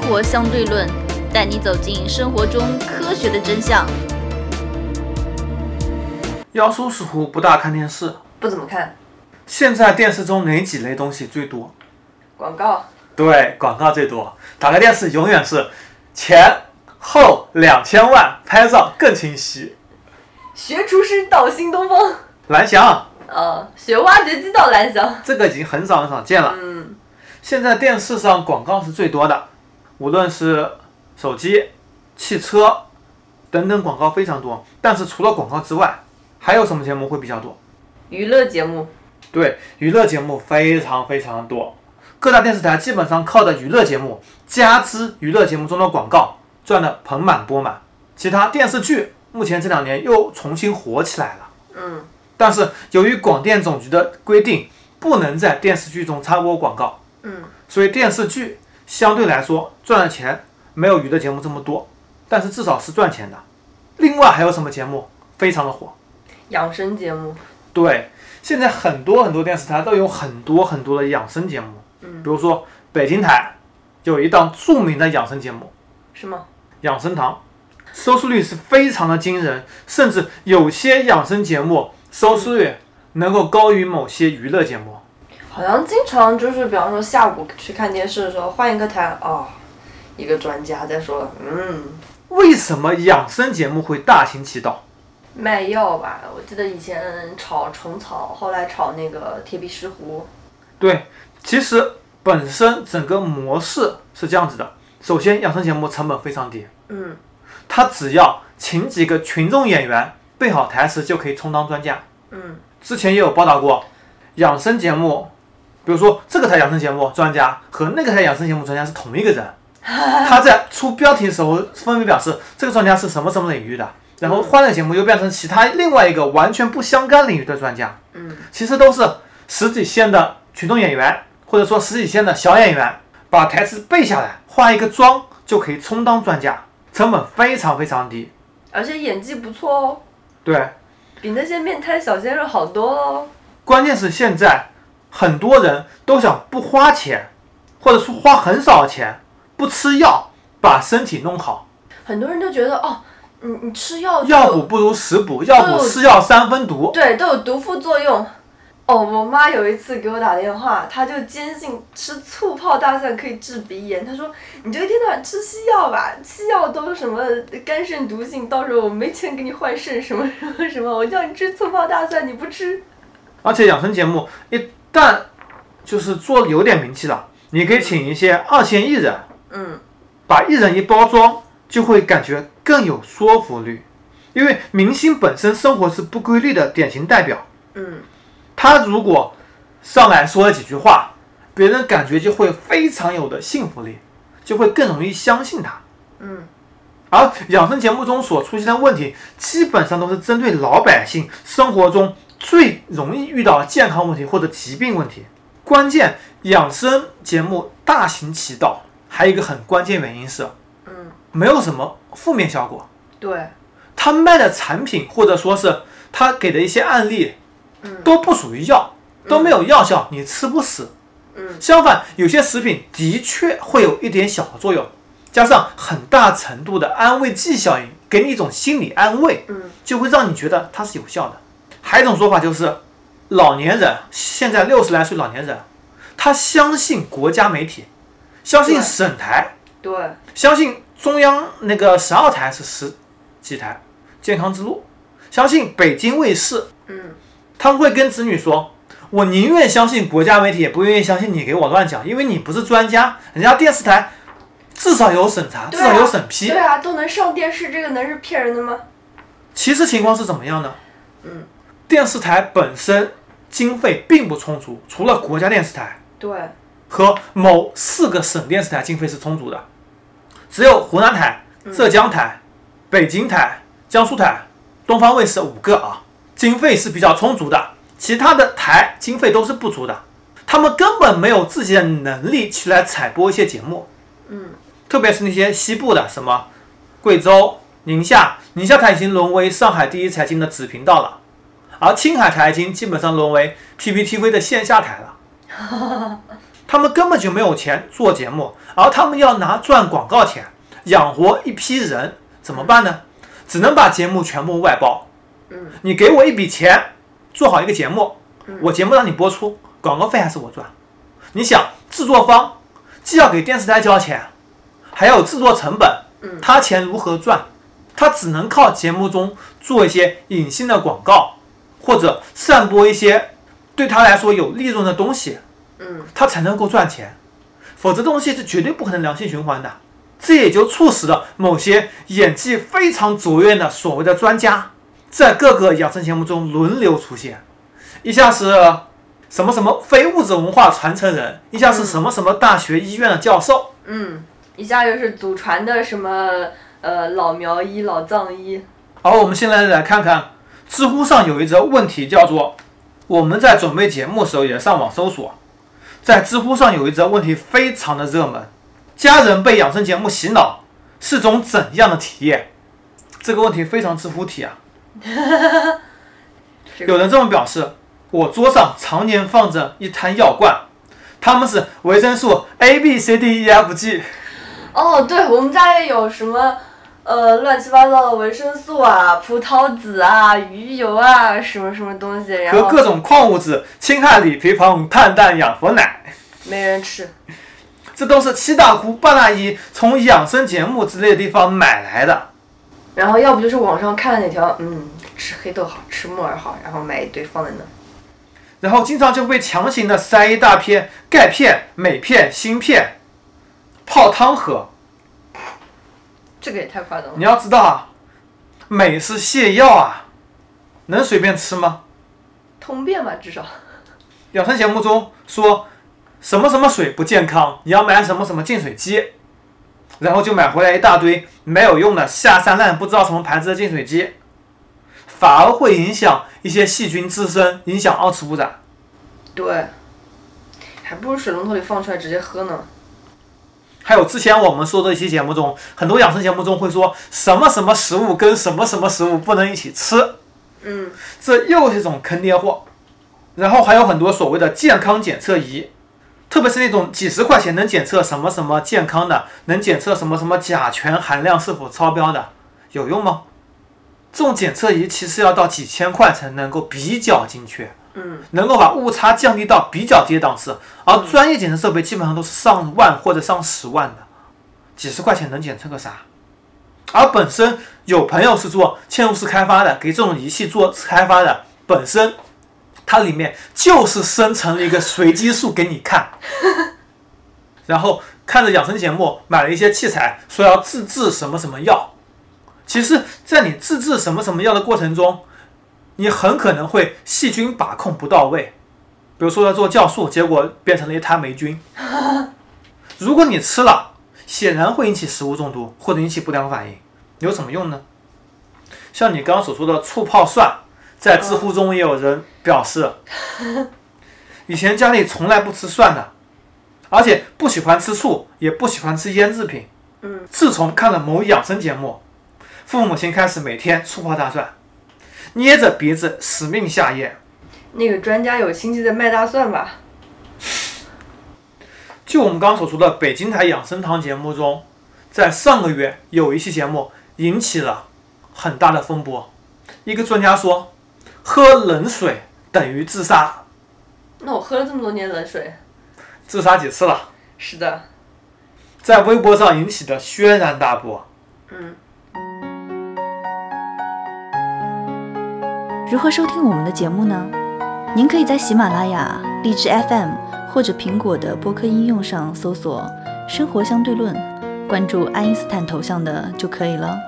活相对论，带你走进生活中科学的真相。 妖叔似乎不大看电视， 不怎么看。 现在电视中哪几类东西最多？ 广告。 对，广告最多。打开电视永远是前后2000万，拍照更清晰。 学厨师到新东方。 蓝翔。 学挖掘机到蓝翔。 这个已经很少见了。现在电视上广告是最多的，无论是手机、汽车等等，广告非常多。但是除了广告之外，还有什么节目会比较多？ 娱乐节目。 对，娱乐节目非常多。各大电视台基本上靠的娱乐节目加之娱乐节目中的广告赚得盆满钵满。其他电视剧目前这2年又重新火起来了。但是由于广电总局的规定，不能在电视剧中插播广告。所以电视剧相对来说赚的钱没有娱乐节目这么多，但是至少是赚钱的。另外还有什么节目非常的火？ 养生节目。 对，现在很多电视台都有很多的养生节目。比如说北京台有一档著名的养生节目， 是吗？ 养生堂，收视率是非常的惊人，甚至有些养生节目收视率能够高于某些娱乐节目。 好像经常就是，比方说下午去看电视的时候，换一个台，一个专家在说， 为什么养生节目会大行其道？ 卖药吧，我记得以前炒虫草，后来炒那个铁皮石斛。 对，其实本身整个模式是这样子的。首先，养生节目成本非常低，他只要请几个群众演员背好台词就可以充当专家。之前也有报道过，养生节目，比如说这个台养生节目专家和那个台养生节目专家是同一个人，他在出标题的时候分别表示这个专家是什么领域的，然后换了节目又变成其他另外一个完全不相干领域的专家。其实都是十几线的群众演员，或者说十几线的小演员，把台词背下来，化一个妆就可以充当专家，成本非常低， 而且演技不错哦。 对， 比那些面瘫小鲜肉好多哦。 关键是现在很多人都想不花钱，或者说花很少的钱，不吃药把身体弄好。 很多人都觉得你吃药药补不如食补，药补吃药3分毒。 对，都有毒副作用。我妈有一次给我打电话，她就坚信吃醋泡大蒜可以治鼻炎。她说你就一天到晚吃西药吧，西药都是什么肝肾毒性，到时候我没钱给你换肾什么，我叫你吃醋泡大蒜你不吃。 而且养生节目一旦就是做有点名气了，你可以请一些2线艺人，把艺人一包装，就会感觉更有说服力。因为明星本身生活是不规律的典型代表。他如果上来说了几句话，别人感觉就会非常有的信服力，就会更容易相信他。而养生节目中所出现的问题，基本上都是针对老百姓生活中最容易遇到的健康问题或者疾病问题。关键养生节目大行其道，还有一个很关键原因是，没有什么负面效果。 对， 他卖的产品或者说是他给的一些案例，都不属于药，都没有药效，你吃不死。相反，有些食品的确会有一点小的作用，加上很大程度的安慰剂效应，给你一种心理安慰，就会让你觉得它是有效的。还有一种说法就是，老年人，现在60来岁老年人，他相信国家媒体，相信省台， 对， 相信中央那个12台是10几台健康之路，相信北京卫视，他们会跟子女说，我宁愿相信国家媒体，也不愿意相信你给我乱讲，因为你不是专家，人家电视台至少有审查，至少有审批。 对啊，都能上电视，这个能是骗人的吗？ 其实情况是怎么样呢？电视台本身经费并不充足，除了国家电视台， 对， 和某4个省电视台经费是充足的，只有湖南台、浙江台、北京台、江苏台、东方卫视5个经费是比较充足的，其他的台经费都是不足的，他们根本没有自己的能力去来采播一些节目。特别是那些西部的，什么贵州、宁夏台已经沦为上海第一财经的子频道了，而青海台已经基本上沦为 PPTV 的线下台了。 他们根本就没有钱做节目，而他们要拿赚广告钱养活一批人，怎么办呢？只能把节目全部外包。你给我一笔钱，做好一个节目，我节目让你播出，广告费还是我赚。你想，制作方既要给电视台交钱，还要有制作成本，他钱如何赚？他只能靠节目中做一些隐性的广告，或者散播一些对他来说有利润的东西，他才能够赚钱，否则东西是绝对不可能良性循环的。这也就促使了某些演技非常卓越的所谓的专家，在各个养生节目中轮流出现，一下是什么什么非物质文化传承人，一下是什么什么大学医院的教授， 一下又是祖传的什么老苗医、老藏医。 好，我们现在来看看知乎上有一则问题，叫做我们在准备节目的时候也上网搜索，在知乎上有一则问题非常的热门，家人被养生节目洗脑是种怎样的体验？这个问题非常知乎体啊。有人这么表示，我桌上常年放着一摊药罐，它们是维生素 A、B、C、D、E、F、G。 哦，对，我们家也有什么乱七八糟的维生素啊、葡萄籽啊、鱼油啊，什么什么东西，然后和各种矿物质、氢氦锂铍硼碳氮氧氟氖， 没人吃。 这都是七大姑八大姨从养生节目之类的地方买来的。 然后要不就是网上看的哪条，吃黑豆好，吃木耳好，然后买一堆放在那。 然后经常就被强行的塞一大片钙片、镁片、锌片，泡汤喝。 这个也太夸张了。 你要知道啊，镁是泻药啊，能随便吃吗？ 通便吧，至少。 养生节目中说什么什么水不健康，你要买什么什么净水机，然后就买回来一大堆没有用的下三滥不知道什么牌子的净水机，反而会影响一些细菌滋生，影响二次污染。 对，还不如水龙头里放出来直接喝呢。 还有之前我们说的一些节目中，很多养生节目中会说什么什么食物跟什么什么食物不能一起吃，这又是一种坑爹货。然后还有很多所谓的健康检测仪，特别是那种几十块钱能检测什么什么健康的，能检测什么什么甲醛含量是否超标的，有用吗？这种检测仪其实要到几千块才能够比较精确，能够把误差降低到比较低的档次，而专业检测设备基本上都是上万或者上10万的，几十块钱能检测个啥？而本身有朋友是做嵌入式开发的，给这种仪器做开发的，本身它里面就是生成了一个随机数给你看，然后看着养生节目买了一些器材，说要自制什么什么药。其实在你自制什么什么药的过程中，你很可能会细菌把控不到位，比如说要做酵素，结果变成了一滩霉菌。如果你吃了，显然会引起食物中毒或者引起不良反应，有什么用呢？像你刚刚所说的醋泡蒜，在知乎中也有人表示，以前家里从来不吃蒜的，而且不喜欢吃醋，也不喜欢吃腌制品。自从看了某养生节目，父母亲开始每天醋泡大蒜，捏着鼻子死命下咽。 那个专家有亲戚在卖大蒜吧？ 就我们刚刚所说的北京台养生堂节目中，在上个月有一期节目引起了很大的风波。一个专家说，喝冷水等于自杀。 那我喝了这么多年冷水， 自杀几次了？ 是的， 在微博上引起的轩然大波。 如何收听我们的节目呢？您可以在喜马拉雅、荔枝 FM 或者苹果的播客应用上搜索“生活相对论”，关注爱因斯坦头像的就可以了。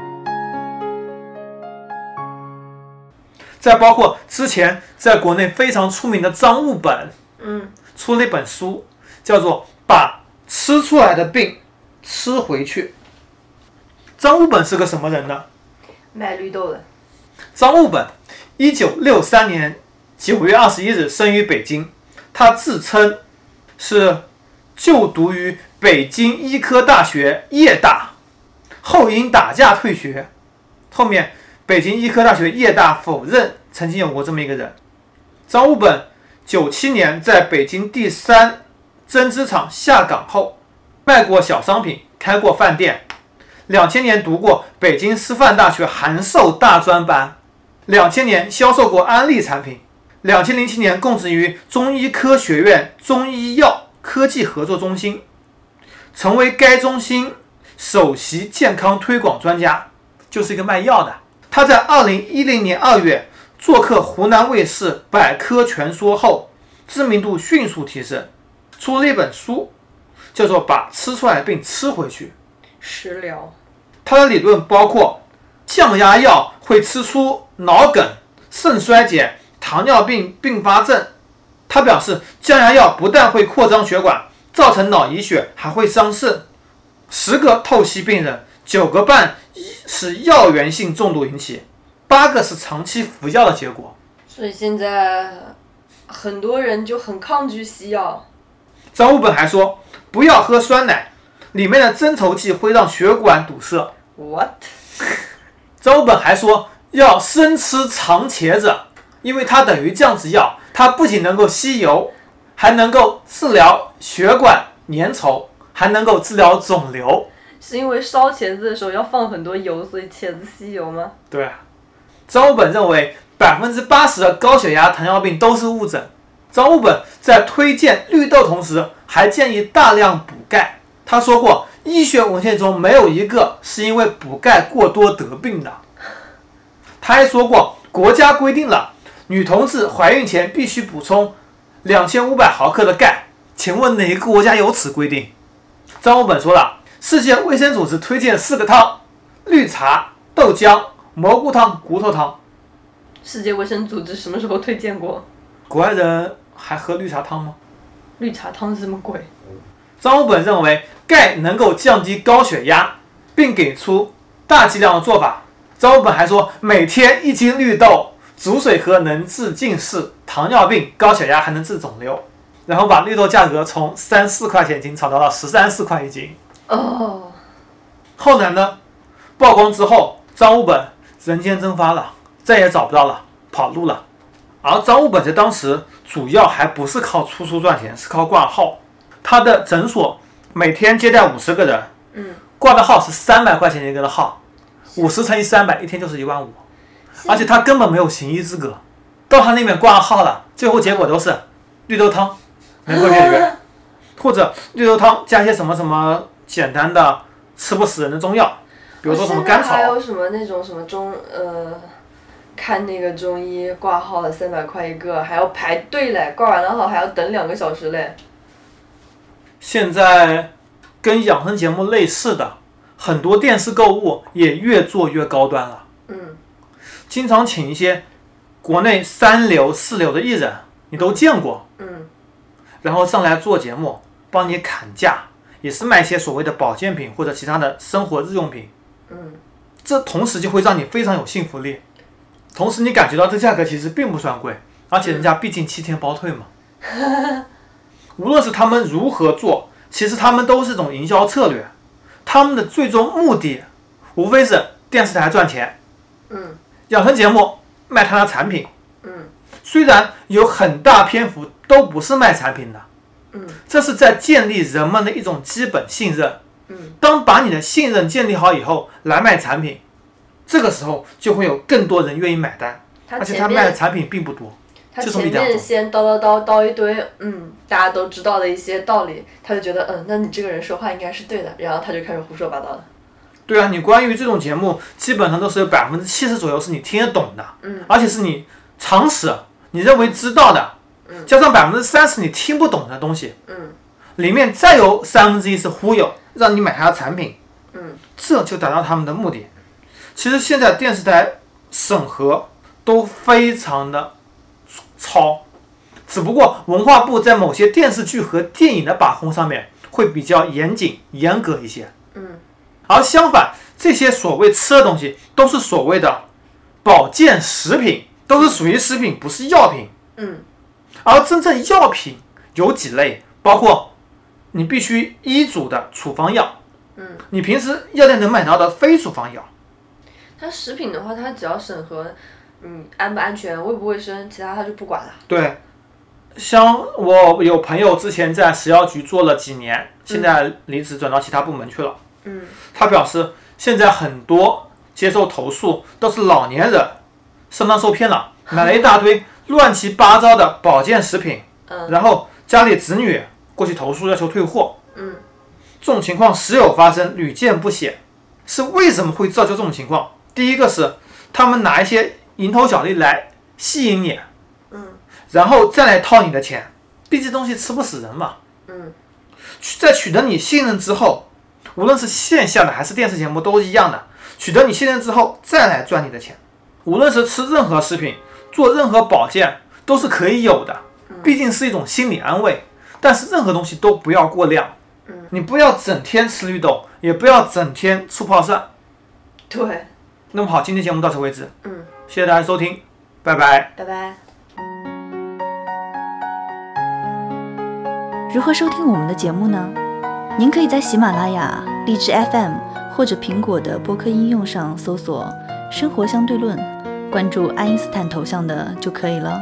再包括之前在国内非常出名的张悟本，出了一本书，叫做《把吃出来的病吃回去》。张悟本是个什么人呢？ 卖绿豆的。 张悟本1963年9月21日生于北京，他自称是就读于北京医科大学夜大，后因打架退学。后面北京医科大学夜大否认曾经有过这么一个人。张悟本97年在北京第3 针织厂下岗后，卖过小商品，开过饭店。2000年读过北京师范大学函授大专班，2000年销售过安利产品，2007年供职于中医科学院中医药科技合作中心，成为该中心首席健康推广专家，就是一个卖药的。他在2010年2月做客湖南卫视百科全说后，知名度迅速提升，出了一本书，叫做《把吃出来的病吃回去》。 食疗， 他的理论包括降压药会吃出脑梗、肾衰竭、糖尿病并发症。他表示，降压药不但会扩张血管，造成脑溢血，还会伤肾。10个透析病人，9个半是药源性中毒引起，8个是长期服药的结果。 所以现在很多人就很抗拒西药。 张悟本还说，不要喝酸奶，里面的增稠剂会让血管堵塞。 What？ 张悟本还说，要生吃长茄子，因为它等于降脂药，它不仅能够吸油，还能够治疗血管粘稠，还能够治疗肿瘤。 是因为烧茄子的时候要放很多油，所以茄子吸油吗？ 对。张悟本认为80%的高血压、糖尿病都是误诊。张悟本在推荐绿豆同时，还建议大量补钙。他说过，医学文献中没有一个是因为补钙过多得病的。他还说过，国家规定了女同志怀孕前必须补充2500毫克的钙，请问哪个国家有此规定？张悟本说了，世界卫生组织推荐4个汤：绿茶、豆浆、蘑菇汤、骨头汤。 世界卫生组织什么时候推荐过？ 国外人还喝绿茶汤吗？ 绿茶汤是什么鬼？ 张悟本认为钙能够降低高血压，并给出大剂量的做法。张悟本还说，每天1斤绿豆煮水喝能治近视、糖尿病、高血压，还能治肿瘤。然后把绿豆价格从3-4块钱一斤炒到了13-14块一斤。 哦。 后来呢？曝光之后，张悟本人间蒸发了，再也找不到了，跑路了。而张悟本在当时主要还不是靠出书赚钱，是靠挂号。他的诊所每天接待50个人，挂的号是300块钱一个的号，50乘以300，一天就是15000，而且他根本没有行医资格。到他那边挂号了，最后结果都是绿豆汤能够解决，或者绿豆汤加一些什么什么简单的吃不死人的中药，比如说什么甘草。 还有什么那种什么看那个中医挂号的300块一个，还要排队嘞，挂完了号还要等2个小时嘞。 现在跟养生节目类似的，很多电视购物也越做越高端了。经常请一些国内3流4流的艺人，你都见过。然后上来做节目，帮你砍价，也是卖一些所谓的保健品或者其他的生活日用品。这同时就会让你非常有信服力，同时你感觉到这价格其实并不算贵，而且人家毕竟7天包退嘛。无论是他们如何做，其实他们都是一种营销策略，他们的最终目的无非是电视台赚钱，养生节目卖他的产品，虽然有很大篇幅都不是卖产品的，这是在建立人们的一种基本信任。当把你的信任建立好以后来卖产品，这个时候就会有更多人愿意买单，而且他卖的产品并不多。 他前面先叨一堆，大家都知道的一些道理，他就觉得，那你这个人说话应该是对的，然后他就开始胡说八道了。 对啊，你关于这种节目，基本上都是有70%左右是你听得懂的，而且是你常识，你认为知道的，加上30%你听不懂的东西，里面再有1/3是忽悠，让你买他的产品，这就达到他们的目的。其实现在电视台审核都非常的糙，只不过文化部在某些电视剧和电影的把控上面会比较严谨严格一些。而相反，这些所谓吃的东西都是所谓的保健食品，都是属于食品，不是药品。而真正药品有几类，包括你必须医嘱的处方药，你平时药店能买到的非处方药。 它食品的话，它只要审核安不安全、卫不卫生，其他它就不管了。 对， 像我有朋友之前在食药局做了几年，现在离职转到其他部门去了。他表示现在很多接受投诉都是老年人上当受骗了，买了一大堆乱七八糟的保健食品，然后家里子女过去投诉要求退货。这种情况时有发生，屡见不鲜。是为什么会造就这种情况？第一个是他们拿一些蝇头小利来吸引你，然后再来套你的钱，毕竟东西吃不死人嘛。在取得你信任之后，无论是线下的还是电视节目都一样的，取得你信任之后再来赚你的钱。无论是吃任何食品，做任何保健都是可以有的，毕竟是一种心理安慰。但是任何东西都不要过量，你不要整天吃绿豆，也不要整天醋泡饭。 对。 那么好，今天节目到此为止。谢谢大家收听，拜拜。 拜拜。 如何收听我们的节目呢？您可以在喜马拉雅、荔枝 FM 或者苹果的播客应用上搜索“生活相对论”，关注爱因斯坦头像的就可以了。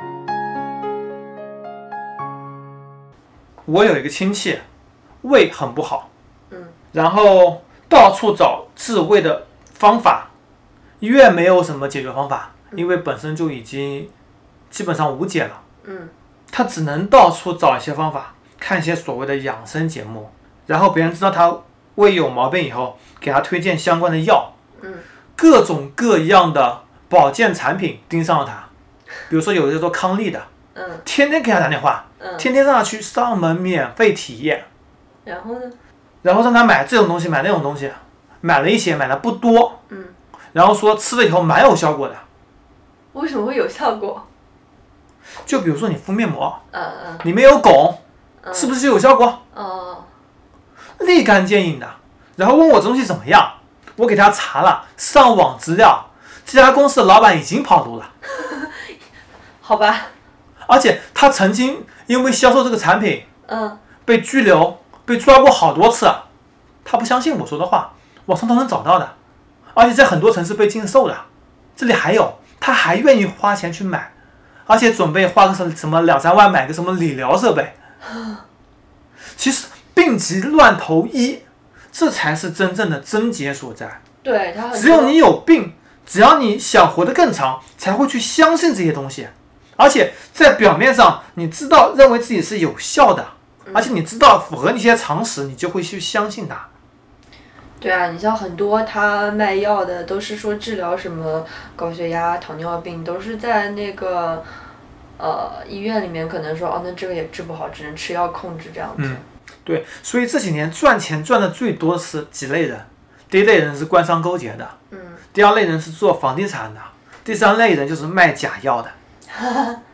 我有一个亲戚，胃很不好，然后到处找治胃的方法，医院没有什么解决方法，因为本身就已经基本上无解了。他只能到处找一些方法，看一些所谓的养生节目，然后别人知道他胃有毛病以后，给他推荐相关的药，各种各样的保健产品盯上了他，比如说有一个做康利的，天天给他打电话，天天让他去上门免费体验， 然后呢？ 然后让他买这种东西买那种东西，买了一些，买的不多，然后说吃了以后蛮有效果的。 为什么会有效果？ 就比如说你敷面膜，里面有汞，是不是就有效果？立竿见影的。然后问我这东西怎么样，我给他查了上网资料，这家公司的老板已经跑路了。 好吧。 而且他曾经因为销售这个产品，被拘留，被抓过好多次。他不相信我说的话，网上都能找到的，而且在很多城市被禁售的。这里还有，他还愿意花钱去买，而且准备花个什么2-3万买个什么理疗设备。其实病急乱投医，这才是真正的症结所在。 对，他只有你有病，只要你想活得更长，才会去相信这些东西。而且在表面上你知道认为自己是有效的，而且你知道符合一些常识，你就会去相信它。 对啊，你像很多他卖药的都是说治疗什么高血压、糖尿病，都是在那个医院里面可能说那这个也治不好，只能吃药控制这样子。 对，所以这几年赚钱赚的最多是几类人。第一类人是官商勾结的，第二类人是做房地产的，第三类人就是卖假药的。